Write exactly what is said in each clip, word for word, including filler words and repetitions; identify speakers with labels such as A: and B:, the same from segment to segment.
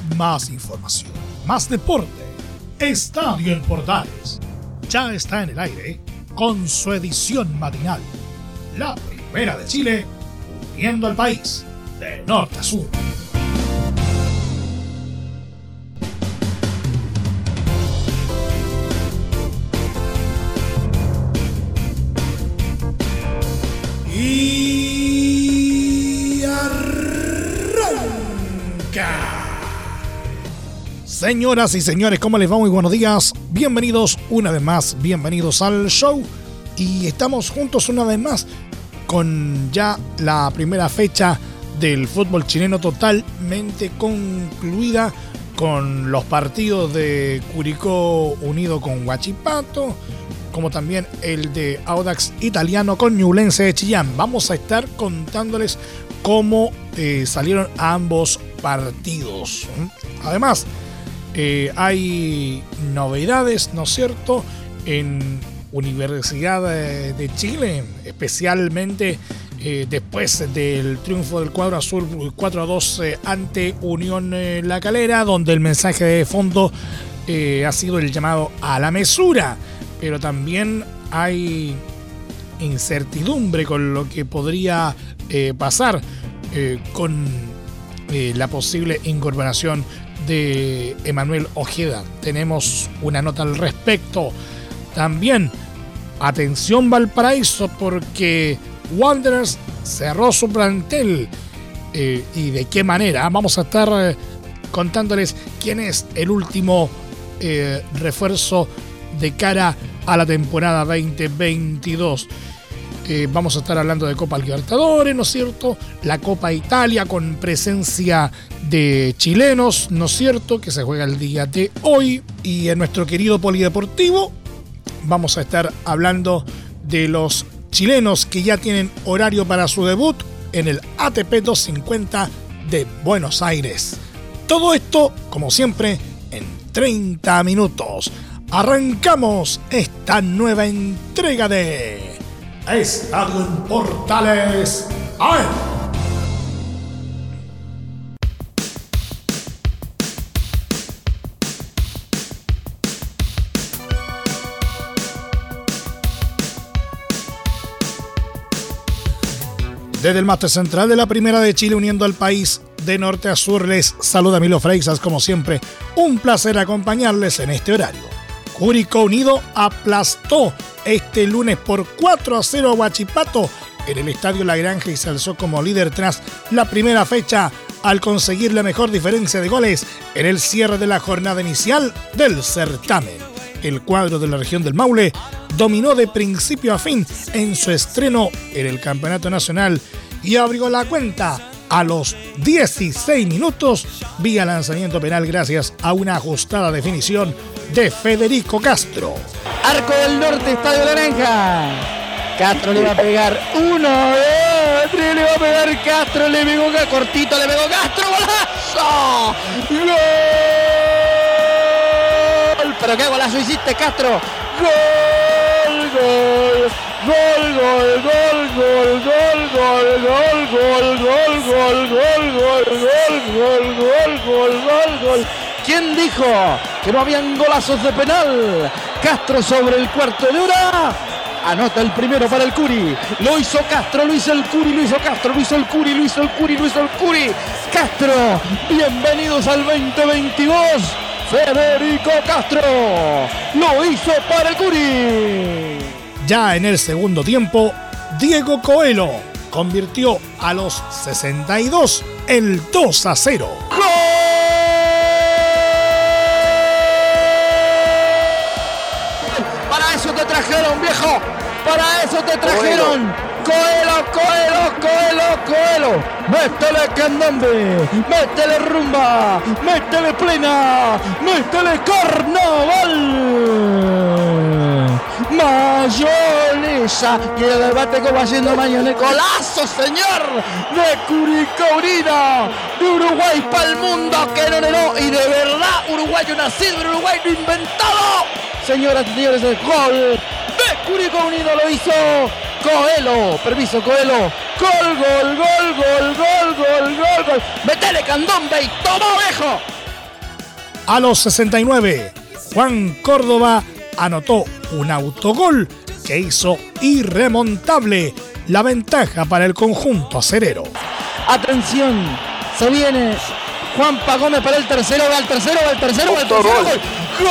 A: más información, más deporte. Estadio en Portales ya está en el aire con su edición matinal. La primera de Chile, uniendo al país de norte a sur. Y arranca. Señoras y señores, ¿cómo les va? Muy buenos días. Bienvenidos una vez más, bienvenidos al show. Y estamos juntos una vez más con ya la primera fecha del fútbol chileno totalmente concluida, con los partidos de Curicó unido con Huachipato, como también el de Audax Italiano con Ñublense de Chillán. Vamos a estar contándoles cómo eh, salieron ambos partidos. Además, eh, hay novedades, ¿no es cierto?, en Universidad de, de Chile, especialmente eh, después del triunfo del cuadro azul cuatro a dos eh, ante Unión eh, La Calera, donde el mensaje de fondo eh, ha sido el llamado a la mesura. Pero también hay incertidumbre con lo que podría eh, pasar eh, con eh, la posible incorporación de Emanuel Ojeda. Tenemos una nota al respecto. También, atención Valparaíso, porque Wanderers cerró su plantel. Eh, ¿Y de qué manera? Vamos a estar eh, contándoles quién es el último eh, refuerzo de cara a la temporada veinte veintidós. Eh, vamos a estar hablando de Copa Libertadores, ¿no es cierto? La Copa Italia con presencia de chilenos, ¿no es cierto?, que se juega el día de hoy. Y en nuestro querido polideportivo vamos a estar hablando de los chilenos que ya tienen horario para su debut en el A T P doscientos cincuenta de Buenos Aires. Todo esto, como siempre, en treinta minutos. Arrancamos esta nueva entrega de Estadio en Portales. ¡A ver! Desde el máster central de la Primera de Chile, uniendo al país de norte a sur, les saluda Milo Freixas. Como siempre, un placer acompañarles en este horario. Curicó Unido aplastó este lunes por cuatro a cero a Huachipato en el Estadio La Granja y se alzó como líder tras la primera fecha al conseguir la mejor diferencia de goles en el cierre de la jornada inicial del certamen. El cuadro de la región del Maule dominó de principio a fin en su estreno en el Campeonato Nacional y abrió la cuenta a los dieciséis minutos vía lanzamiento penal gracias a una ajustada definición de Federico Castro.
B: Arco del Norte, Estadio La Granja. Castro le va a pegar uno, dos, tres, le va a pegar Castro, le pegó cortito, le pegó Castro, golazo. ¡Gol! Pero qué golazo hiciste, Castro. Gol, gol. Gol, gol, gol, gol, gol, gol, gol, gol, gol, gol, gol, gol, gol, gol, gol, gol, gol, gol. ¿Quién dijo que no habían golazos de penal? Castro sobre el cuarto de hora. Anota el primero para el Curi. Lo hizo Castro, lo hizo el Curi, lo hizo Castro, lo hizo el Curi, lo hizo el Curi, lo hizo el Curi. Castro, bienvenidos al veinte veintidós. Federico Castro lo hizo para el Curi.
A: Ya en el segundo tiempo, Diego Coelho convirtió a los sesenta y dos el dos a cero.
B: ¡Gol! Para eso te trajeron, viejo. Para eso te trajeron. Coelho, Coelho, Coelho, Coelho. Métele candombe, métele rumba, métele plena, métele carnaval. Mayonesa, que el debate como haciendo mayonesa. Golazo, señor, de Curicó Unido, de Uruguay para el mundo, que no, no, no, y de verdad, uruguayo nacido en Uruguay, no inventado. Señoras y señores, el gol de Curicó Unido lo hizo Coelho. Permiso, Coelho. Gol, gol, gol, gol, gol, gol, gol, gol. Metele candombe y tomó, viejo.
A: A los sesenta y nueve, Juan Córdoba anotó un autogol que hizo irremontable la ventaja para el conjunto acerero.
B: Atención, se viene Juanpa Gómez para el tercero, va al tercero, va al tercero, va al tercero. ¡Gol! ¡Gol!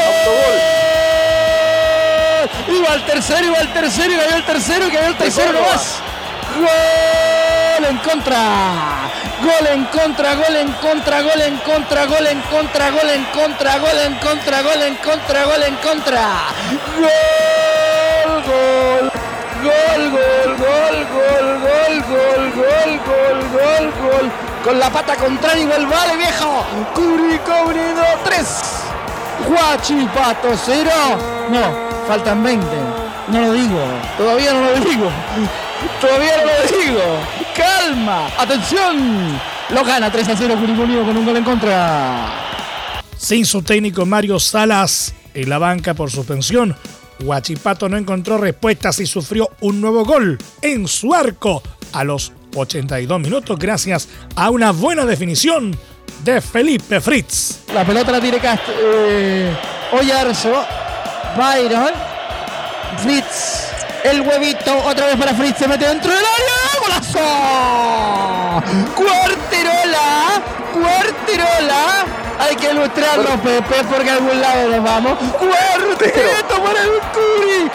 B: Iba al tercero, iba al tercero, y cayó el tercero, y cayó el tercero nomás. ¡Gol en contra! Gol en contra, gol en contra, gol en contra, gol en contra, gol en contra, gol en contra, gol en contra, gol en contra. Gol, gol, gol, gol, gol, gol, gol, gol, gol, gol, gol, gol. Con la pata contraria y gol, vale viejo. Curicó Unido tres. Huachipato cero. No, faltan veinte. No lo digo, todavía no lo digo. Todavía no lo digo. Calma, atención. Lo gana tres a cero Curicó Unido con un gol en contra.
A: Sin su técnico Mario Salas en la banca por suspensión, Huachipato no encontró respuestas y sufrió un nuevo gol en su arco a los ochenta y dos minutos gracias a una buena definición de Felipe Fritz.
B: La pelota la tiene Cast eh, Oyarzo, Byron, Fritz, el huevito, otra vez para Fritz, se mete dentro del área, ¡golazo! Cuarterola, Cuarterola, hay que ilustrarlo, Pepe, porque a algún lado nos vamos. Cuarteto para el Curi,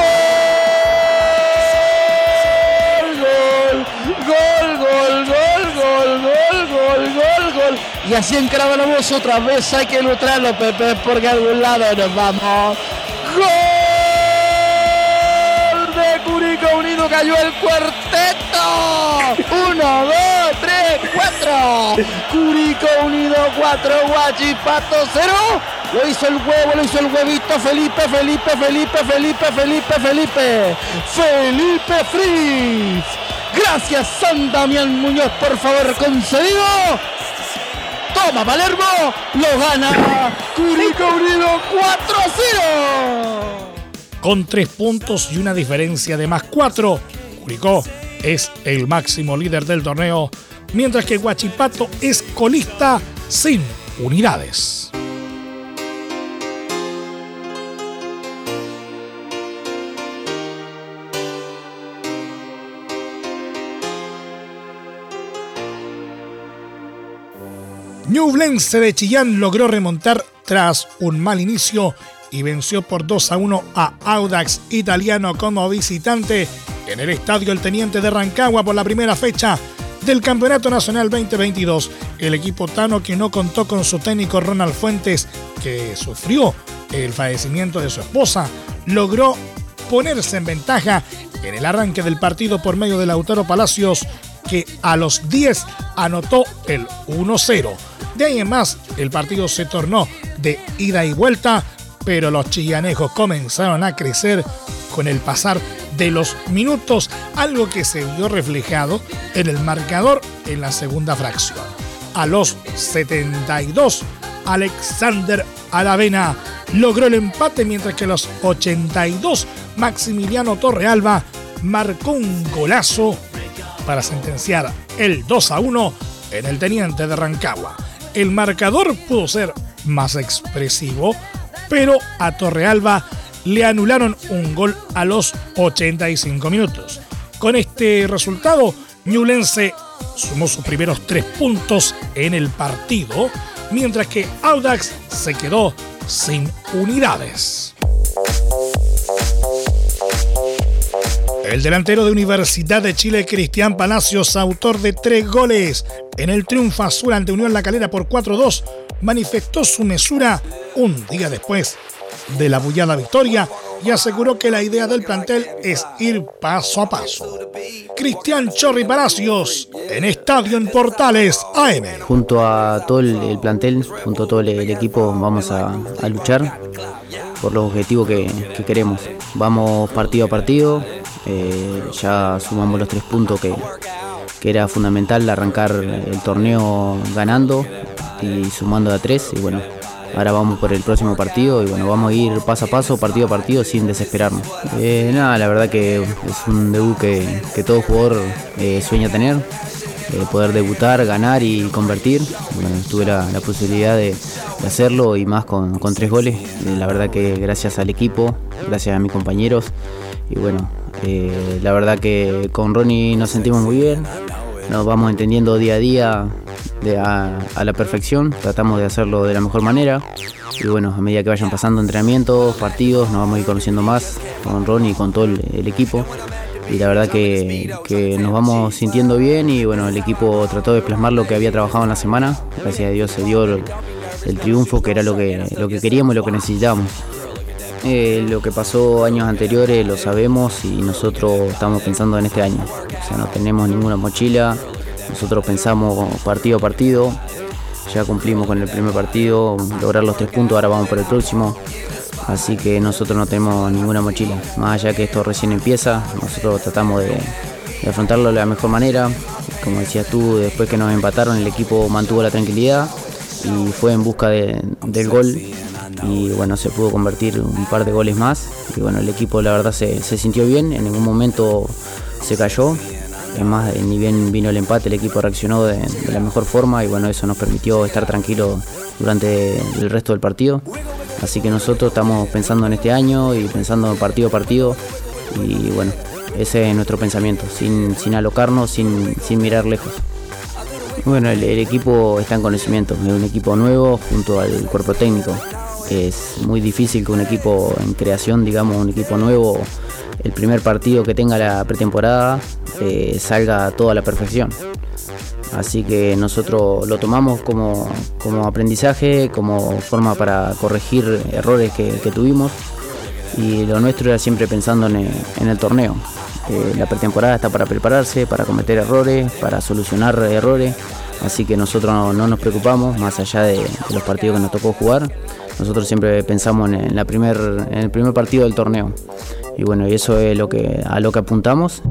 B: gol, gol, gol, gol, gol, gol, gol, gol, gol. Y así encaraba la voz otra vez, hay que ilustrarlo, Pepe, porque a algún lado nos vamos. ¡Gol de Curicó Unido! Cayó el cuarteto. Uno, dos, tres, cuatro. Curicó Unido cuatro, Huachipato cero. Lo hizo el huevo, lo hizo el huevito. Felipe, Felipe, Felipe, Felipe, Felipe, Felipe. Felipe Fritz. Gracias, San Damián Muñoz, por favor, concedido. Toma Palermo, lo gana Curicó Unido cuatro a cero.
A: Con tres puntos y una diferencia de más cuatro, Curicó es el máximo líder del torneo, mientras que Huachipato es colista sin unidades. Ñublense de Chillán logró remontar tras un mal inicio y venció por dos a uno a Audax Italiano como visitante en el Estadio El Teniente de Rancagua por la primera fecha del Campeonato Nacional veinte veintidós. El equipo tano, que no contó con su técnico Ronald Fuentes, que sufrió el fallecimiento de su esposa, logró ponerse en ventaja en el arranque del partido por medio de Lautaro Palacios, que a los diez anotó el uno cero. De ahí en más, el partido se tornó de ida y vuelta, pero los chillanejos comenzaron a crecer con el pasar de los minutos, algo que se vio reflejado en el marcador en la segunda fracción. A los setenta y dos, Alexander Aravena logró el empate, mientras que a los ochenta y dos, Maximiliano Torrealba marcó un golazo para sentenciar el dos a uno en el Teniente de Rancagua. El marcador pudo ser más expresivo, pero a Torrealba le anularon un gol a los ochenta y cinco minutos. Con este resultado, Ñublense sumó sus primeros tres puntos en el partido, mientras que Audax se quedó sin unidades. El delantero de Universidad de Chile, Cristian Palacios, autor de tres goles en el triunfo azul ante Unión La Calera por cuatro a dos, manifestó su mesura un día después de la bullada victoria y aseguró que la idea del plantel es ir paso a paso. Cristian Chorri Palacios en Estadio en Portales A M.
C: Junto a todo el, el plantel, junto a todo el, el equipo, vamos a, a luchar por los objetivos que, que queremos. Vamos partido a partido, eh, ya sumamos los tres puntos que, que era fundamental arrancar el torneo ganando y sumando a tres, y bueno, ahora vamos por el próximo partido y bueno, vamos a ir paso a paso, partido a partido, sin desesperarnos. Eh, nada, la verdad que es un debut que, que todo jugador eh, sueña tener. eh, poder debutar, ganar y convertir. Bueno, tuve la, la posibilidad de, de hacerlo y más con, con tres goles. Eh, la verdad que gracias al equipo, gracias a mis compañeros y bueno, eh, la verdad que con Ronnie nos sentimos muy bien, nos vamos entendiendo día a día de a, a la perfección, tratamos de hacerlo de la mejor manera y bueno, a medida que vayan pasando entrenamientos, partidos, nos vamos a ir conociendo más con Ronnie y con todo el, el equipo. Y la verdad que, que nos vamos sintiendo bien y bueno, el equipo trató de plasmar lo que había trabajado en la semana. Gracias a Dios se dio el, el triunfo, que era lo que, lo que queríamos y lo que necesitábamos. Eh, lo que pasó años anteriores lo sabemos y nosotros estamos pensando en este año. O sea, no tenemos ninguna mochila, nosotros pensamos partido a partido. Ya cumplimos con el primer partido, lograr los tres puntos, ahora vamos por el próximo. Así que nosotros no tenemos ninguna mochila, más allá que esto recién empieza, nosotros tratamos de, de afrontarlo de la mejor manera. Como decías tú, después que nos empataron el equipo mantuvo la tranquilidad y fue en busca de, del gol y bueno, se pudo convertir un par de goles más y bueno, el equipo la verdad se, se sintió bien, en ningún momento se cayó. Es más, ni bien vino el empate, el equipo reaccionó de, de la mejor forma y bueno, eso nos permitió estar tranquilos durante el resto del partido. Así que nosotros estamos pensando en este año y pensando partido a partido y bueno, ese es nuestro pensamiento, sin, sin alocarnos, sin, sin mirar lejos. Bueno, el, el equipo está en conocimiento, es un equipo nuevo junto al cuerpo técnico. Es muy difícil que un equipo en creación, digamos, un equipo nuevo, el primer partido que tenga la pretemporada eh, salga todo a la perfección. Así que nosotros lo tomamos como, como aprendizaje, como forma para corregir errores que, que tuvimos y lo nuestro era siempre pensando en el, en el torneo. Eh, la pretemporada está para prepararse, para cometer errores, para solucionar errores, así que nosotros no, no nos preocupamos más allá de, de los partidos que nos tocó jugar. Nosotros siempre pensamos en, en, la primer, en el primer partido del torneo y bueno, y eso es lo que, a lo que apuntamos.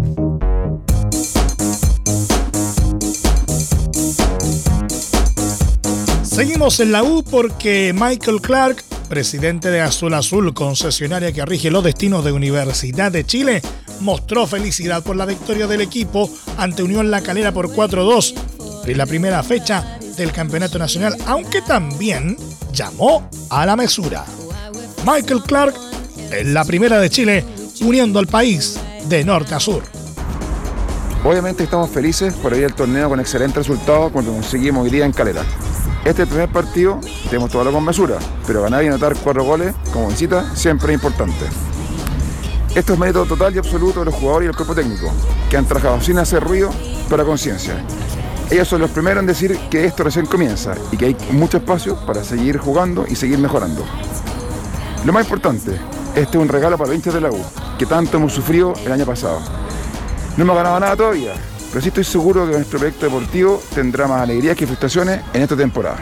A: Seguimos en la U porque Michael Clark, presidente de Azul Azul, concesionaria que rige los destinos de Universidad de Chile, mostró felicidad por la victoria del equipo ante Unión La Calera por cuatro dos en la primera fecha del Campeonato Nacional, aunque también llamó a la mesura. Michael Clark en la primera de Chile, uniendo al país de norte a sur.
D: Obviamente estamos felices por ir al torneo con excelente resultado cuando conseguimos hoy día en Calera. Este es el primer partido, tenemos todo con mesura, pero ganar y anotar cuatro goles como visita siempre es importante. Esto es mérito total y absoluto de los jugadores y del cuerpo técnico, que han trabajado sin hacer ruido, pero a conciencia. Ellos son los primeros en decir que esto recién comienza y que hay mucho espacio para seguir jugando y seguir mejorando. Lo más importante, este es un regalo para los hinchas de la U, que tanto hemos sufrido el año pasado. No hemos ganado nada todavía, pero sí estoy seguro que nuestro proyecto deportivo tendrá más alegrías que frustraciones en esta temporada.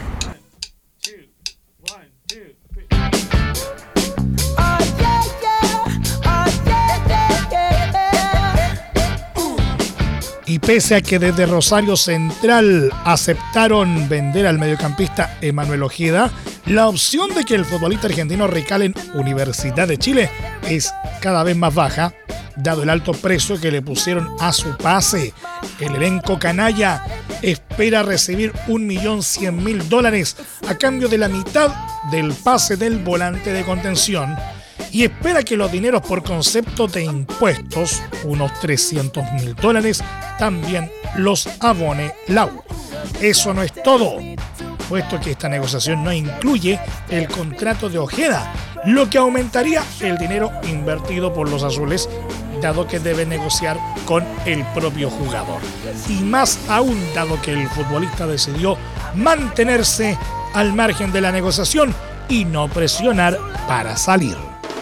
A: Y pese a que desde Rosario Central aceptaron vender al mediocampista Emanuel Ojeda, la opción de que el futbolista argentino recale en Universidad de Chile es cada vez más baja, dado el alto precio que le pusieron a su pase. El elenco canalla espera recibir un millón cien mil dólares a cambio de la mitad del pase del volante de contención y espera que los dineros por concepto de impuestos, unos trescientos mil dólares, también los abone la U. Eso no es todo, puesto que esta negociación no incluye el contrato de Ojeda, lo que aumentaría el dinero invertido por los azules, dado que debe negociar con el propio jugador. Y más aún, dado que el futbolista decidió mantenerse al margen de la negociación y no presionar para salir.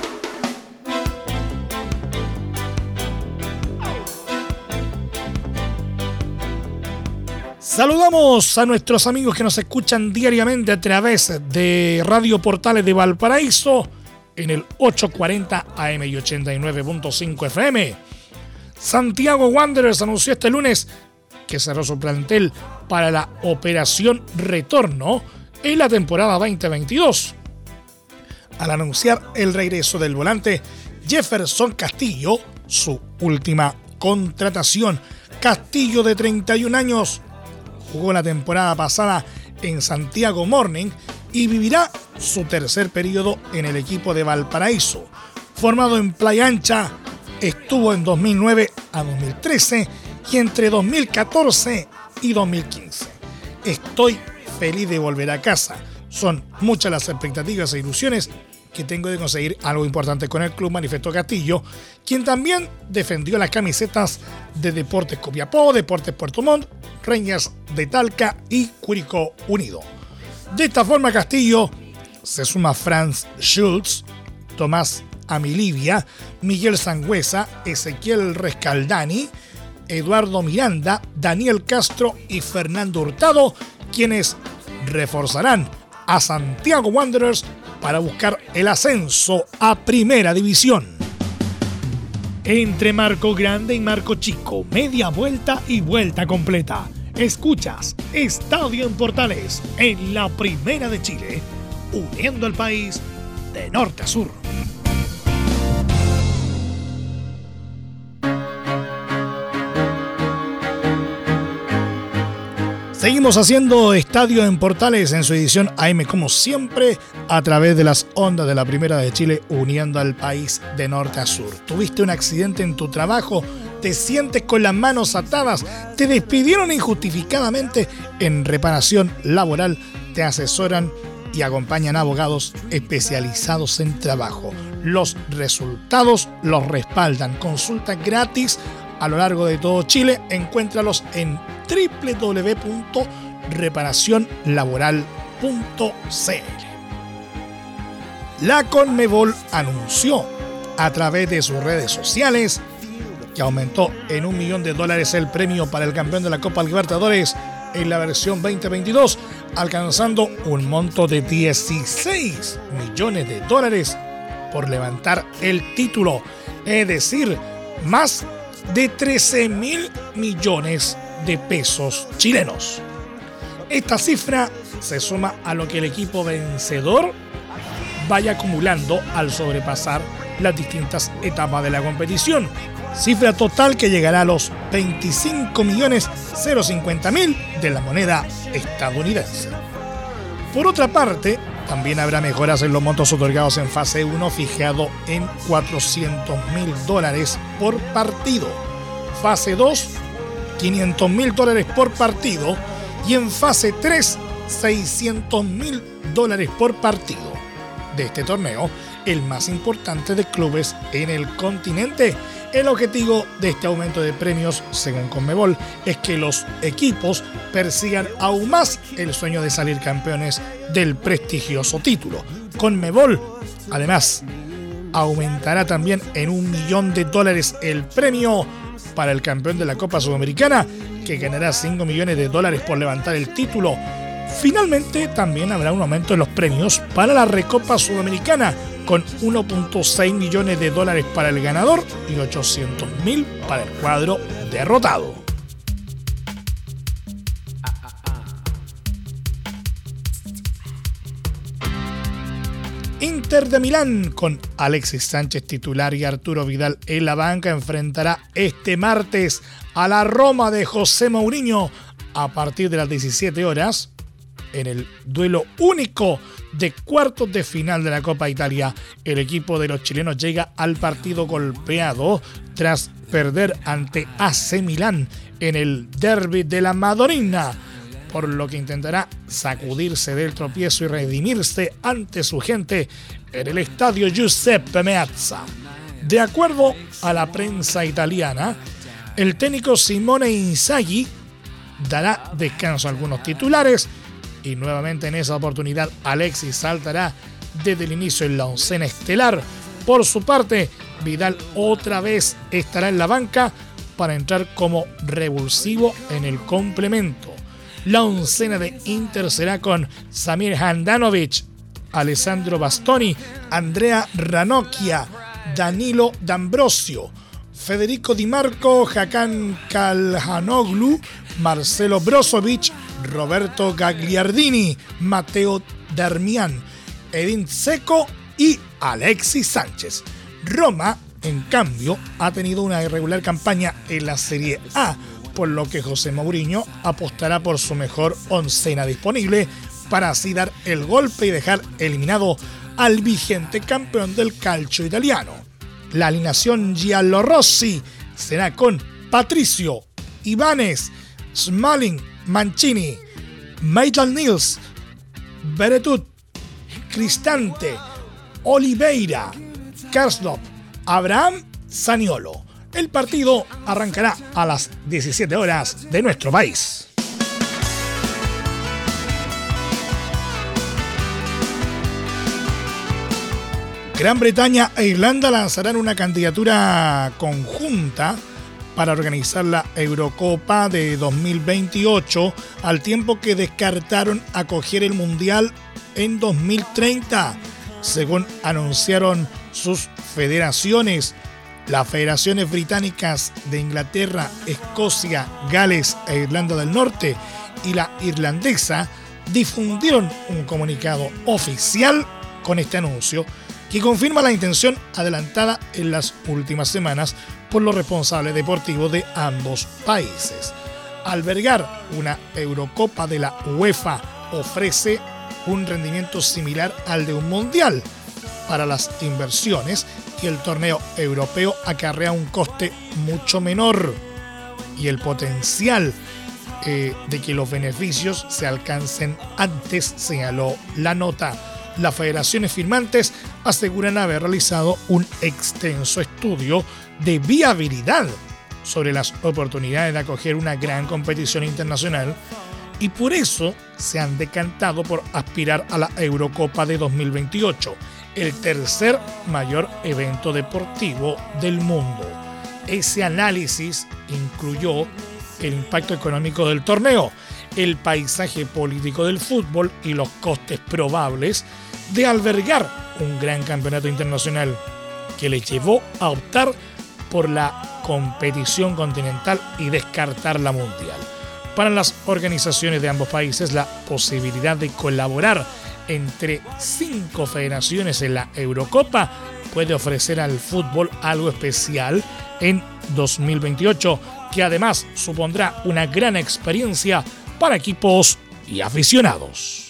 A: Saludamos a nuestros amigos que nos escuchan diariamente a través de Radio Portales de Valparaíso en el ochocientos cuarenta A M y ochenta y nueve punto cinco F M. Santiago Wanderers anunció este lunes que cerró su plantel para la operación retorno en la temporada veinte veintidós. Al anunciar el regreso del volante Jefferson Castillo, su última contratación. Castillo, de treinta y un años, jugó la temporada pasada en Santiago Morning y vivirá su tercer periodo en el equipo de Valparaíso. Formado en Playa Ancha, estuvo en dos mil nueve a dos mil trece y entre dos mil catorce y dos mil quince. Estoy feliz de volver a casa. Son muchas las expectativas e ilusiones que tengo de conseguir algo importante con el club, manifestó Castillo, quien también defendió las camisetas de Deportes Copiapó, Deportes Puerto Montt, Rangers de Talca y Curicó Unido. De esta forma, Castillo se suma Franz Schultz, Tomás Amilivia, Miguel Sangüesa, Ezequiel Rescaldani, Eduardo Miranda, Daniel Castro y Fernando Hurtado, quienes reforzarán a Santiago Wanderers para buscar el ascenso a Primera División. Entre Marco Grande y Marco Chico, media vuelta y vuelta completa. Escuchas Estadio en Portales en la Primera de Chile, uniendo al país de norte a sur. Seguimos haciendo Estadio en Portales en su edición A M, como siempre, a través de las ondas de la Primera de Chile, uniendo al país de norte a sur. ¿Tuviste un accidente en tu trabajo? ¿Te sientes con las manos atadas? ¿Te despidieron injustificadamente? En Reparación Laboral te asesoran y acompañan abogados especializados en trabajo. Los resultados los respaldan. Consulta gratis a lo largo de todo Chile. Encuéntralos en doble u doble u doble u punto reparación laboral punto c l. La Conmebol anunció a través de sus redes sociales que aumentó en un millón de dólares el premio para el campeón de la Copa Libertadores en la versión veinte veintidós, alcanzando un monto de dieciséis millones de dólares por levantar el título, es decir, más de trece mil millones de pesos chilenos. Esta cifra se suma a lo que el equipo vencedor vaya acumulando al sobrepasar las distintas etapas de la competición, cifra total que llegará a los veinticinco millones cincuenta mil de la moneda estadounidense. Por otra parte, también habrá mejoras en los montos otorgados en fase uno, fijado en cuatrocientos mil dólares por partido. Fase dos, quinientos mil dólares por partido. Y en fase tres, seiscientos mil dólares por partido. De este torneo, el más importante de clubes en el continente. El objetivo de este aumento de premios, según Conmebol, es que los equipos persigan aún más el sueño de salir campeones del prestigioso título. Conmebol, además, aumentará también en un millón de dólares el premio para el campeón de la Copa Sudamericana, que ganará cinco millones de dólares por levantar el título. Finalmente, también habrá un aumento en los premios para la Recopa Sudamericana, con uno punto seis millones de dólares para el ganador y ochocientos mil para el cuadro derrotado. Inter de Milán, con Alexis Sánchez titular y Arturo Vidal en la banca, enfrentará este martes a la Roma de José Mourinho a partir de las diecisiete horas en el duelo único de cuartos de final de la Copa Italia. El equipo de los chilenos llega al partido golpeado tras perder ante A C Milán en el derbi de la Madonnina, por lo que intentará sacudirse del tropiezo y redimirse ante su gente en el estadio Giuseppe Meazza. De acuerdo a la prensa italiana, el técnico Simone Inzaghi dará descanso a algunos titulares y nuevamente en esa oportunidad Alexis saltará desde el inicio en la oncena estelar. Por su parte, Vidal otra vez estará en la banca para entrar como revulsivo en el complemento. La oncena de Inter será con Samir Handanovic, Alessandro Bastoni, Andrea Ranocchia, Danilo D'Ambrosio, Federico Di Marco, Hakan Calhanoglu, Marcelo Brozovic, Roberto Gagliardini, Matteo Darmian, Edin Dzeko y Alexis Sánchez. Roma, en cambio, ha tenido una irregular campaña en la Serie A, por lo que José Mourinho apostará por su mejor oncena disponible para así dar el golpe y dejar eliminado al vigente campeón del calcio italiano. La alineación giallorossi será con Patricio, Ibanez, Smalling, Mancini, Maitland-Niles, Beretut, Cristante, Oliveira, Karsdorp, Abraham, Zaniolo. El partido arrancará a las diecisiete horas de nuestro país. Gran Bretaña e Irlanda lanzarán una candidatura conjunta para organizar la Eurocopa de dos mil veintiocho, al tiempo que descartaron acoger el Mundial en dos mil treinta, según anunciaron sus federaciones. Las federaciones británicas de Inglaterra, Escocia, Gales e Irlanda del Norte y la irlandesa difundieron un comunicado oficial con este anuncio, que confirma la intención adelantada en las últimas semanas por los responsables deportivos de ambos países. Albergar una Eurocopa de la UEFA ofrece un rendimiento similar al de un mundial para las inversiones, y el torneo europeo acarrea un coste mucho menor, y el potencial eh, de que los beneficios se alcancen antes, señaló la nota. Las federaciones firmantes aseguran haber realizado un extenso estudio de viabilidad sobre las oportunidades de acoger una gran competición internacional, y por eso se han decantado por aspirar a la Eurocopa de dos mil veintiocho, el tercer mayor evento deportivo del mundo. Ese análisis incluyó el impacto económico del torneo, el paisaje político del fútbol y los costes probables de albergar un gran campeonato internacional, que le llevó a optar por la competición continental y descartar la mundial. Para las organizaciones de ambos países, la posibilidad de colaborar entre cinco federaciones en la Eurocopa puede ofrecer al fútbol algo especial en dos mil veintiocho, que además supondrá una gran experiencia para equipos y aficionados.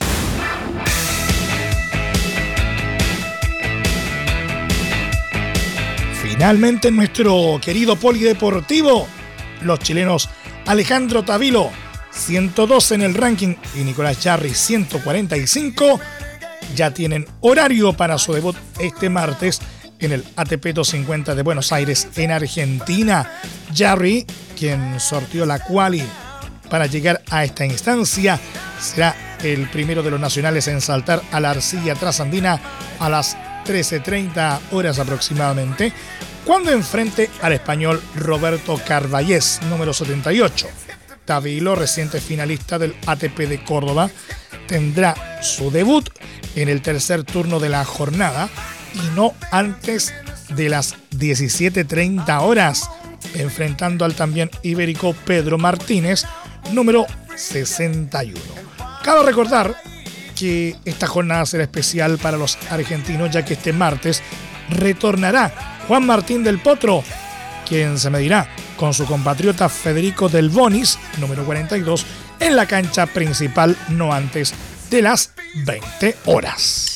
A: Finalmente, en nuestro querido polideportivo, los chilenos Alejandro Tavilo, ciento dos en el ranking, y Nicolás Jarry, ciento cuarenta y cinco, ya tienen horario para su debut este martes en el A T P doscientos cincuenta de Buenos Aires, en Argentina. Jarry, quien sorteó la quali para llegar a esta instancia, será el primero de los nacionales en saltar a la arcilla trasandina a las trece treinta horas aproximadamente, cuando enfrente al español Roberto Carballés, número setenta y ocho. Tavilo, reciente finalista del A T P de Córdoba, tendrá su debut en el tercer turno de la jornada y no antes de las diecisiete treinta horas, enfrentando al también ibérico Pedro Martínez, número sesenta y uno. Cabe recordar que esta jornada será especial para los argentinos, ya que este martes retornará Juan Martín del Potro, quien se medirá con su compatriota Federico Del Bonis, número cuarenta y dos, en la cancha principal no antes de las veinte horas.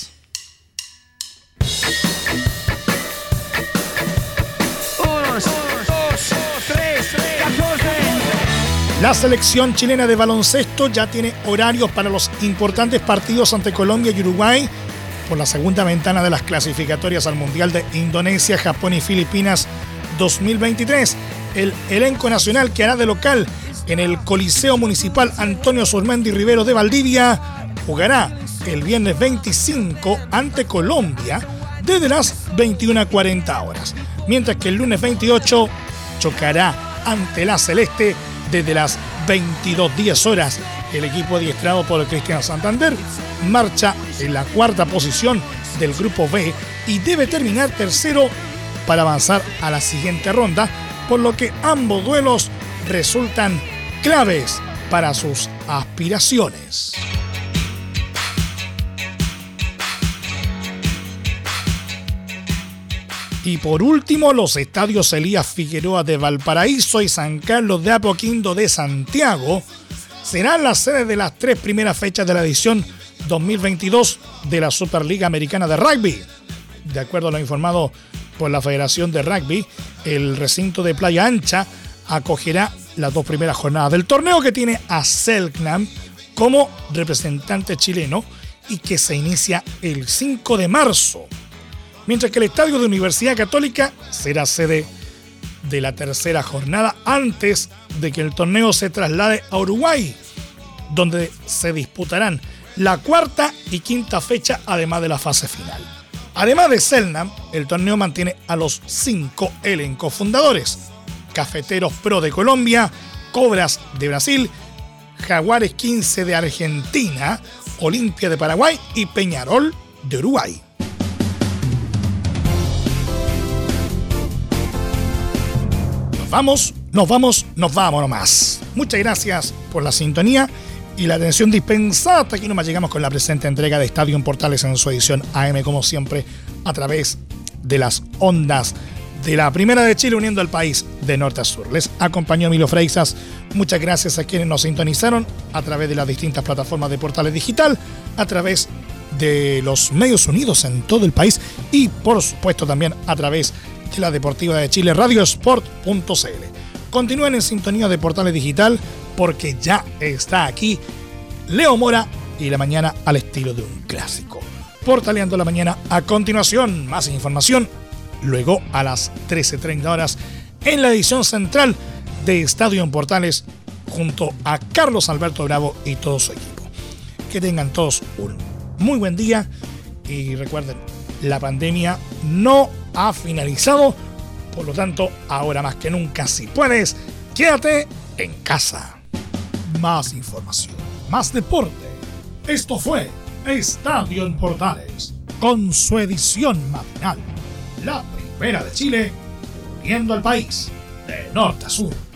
A: La selección chilena de baloncesto ya tiene horarios para los importantes partidos ante Colombia y Uruguay por la segunda ventana de las clasificatorias al Mundial de Indonesia, Japón y Filipinas dos mil veintitrés. El elenco nacional que hará de local en el Coliseo Municipal Antonio Surmendi Rivero de Valdivia jugará el viernes veinticinco ante Colombia desde las veintiuna cuarenta horas, mientras que el lunes veintiocho chocará ante la Celeste desde las veintidós diez horas. El equipo adiestrado por Cristian Santander marcha en la cuarta posición del grupo B y debe terminar tercero para avanzar a la siguiente ronda, por lo que ambos duelos resultan claves para sus aspiraciones. Y por último, los estadios Elías Figueroa de Valparaíso y San Carlos de Apoquindo de Santiago serán las sedes de las tres primeras fechas de la edición dos mil veintidós de la Superliga Americana de Rugby. De acuerdo a lo informado por la Federación de Rugby, el recinto de Playa Ancha acogerá las dos primeras jornadas del torneo, que tiene a Selknam como representante chileno y que se inicia el cinco de marzo. Mientras que el estadio de Universidad Católica será sede de la tercera jornada antes de que el torneo se traslade a Uruguay, donde se disputarán la cuarta y quinta fecha, además de la fase final. Además de Selknam, el torneo mantiene a los cinco elencos fundadores: Cafeteros Pro de Colombia, Cobras de Brasil, Jaguares quince de Argentina, Olimpia de Paraguay y Peñarol de Uruguay. Nos vamos, nos vamos, nos vamos nomás. Muchas gracias por la sintonía y la atención dispensada. Hasta aquí nomás llegamos con la presente entrega de Estadio en Portales en su edición A M, como siempre, a través de las ondas de la Primera de Chile, uniendo al país de norte a sur. Les acompañó Emilio Freixas. Muchas gracias a quienes nos sintonizaron a través de las distintas plataformas de Portales Digital, a través de los medios unidos en todo el país y, por supuesto, también a través de la Deportiva de Chile, radiosport punto c l. Continúen en sintonía de Portales Digital, porque ya está aquí Leo Mora y la mañana al estilo de un clásico. Portaleando la mañana a continuación. Más información luego a las trece treinta horas en la edición central de Estadio en Portales, junto a Carlos Alberto Bravo y todo su equipo. Que tengan todos un muy buen día y recuerden, la pandemia no ha finalizado, por lo tanto, ahora más que nunca, si puedes, quédate en casa. Más información, más deporte. Esto fue Estadio en Portales, con su edición matinal. La Primera de Chile, uniendo al país de norte a sur.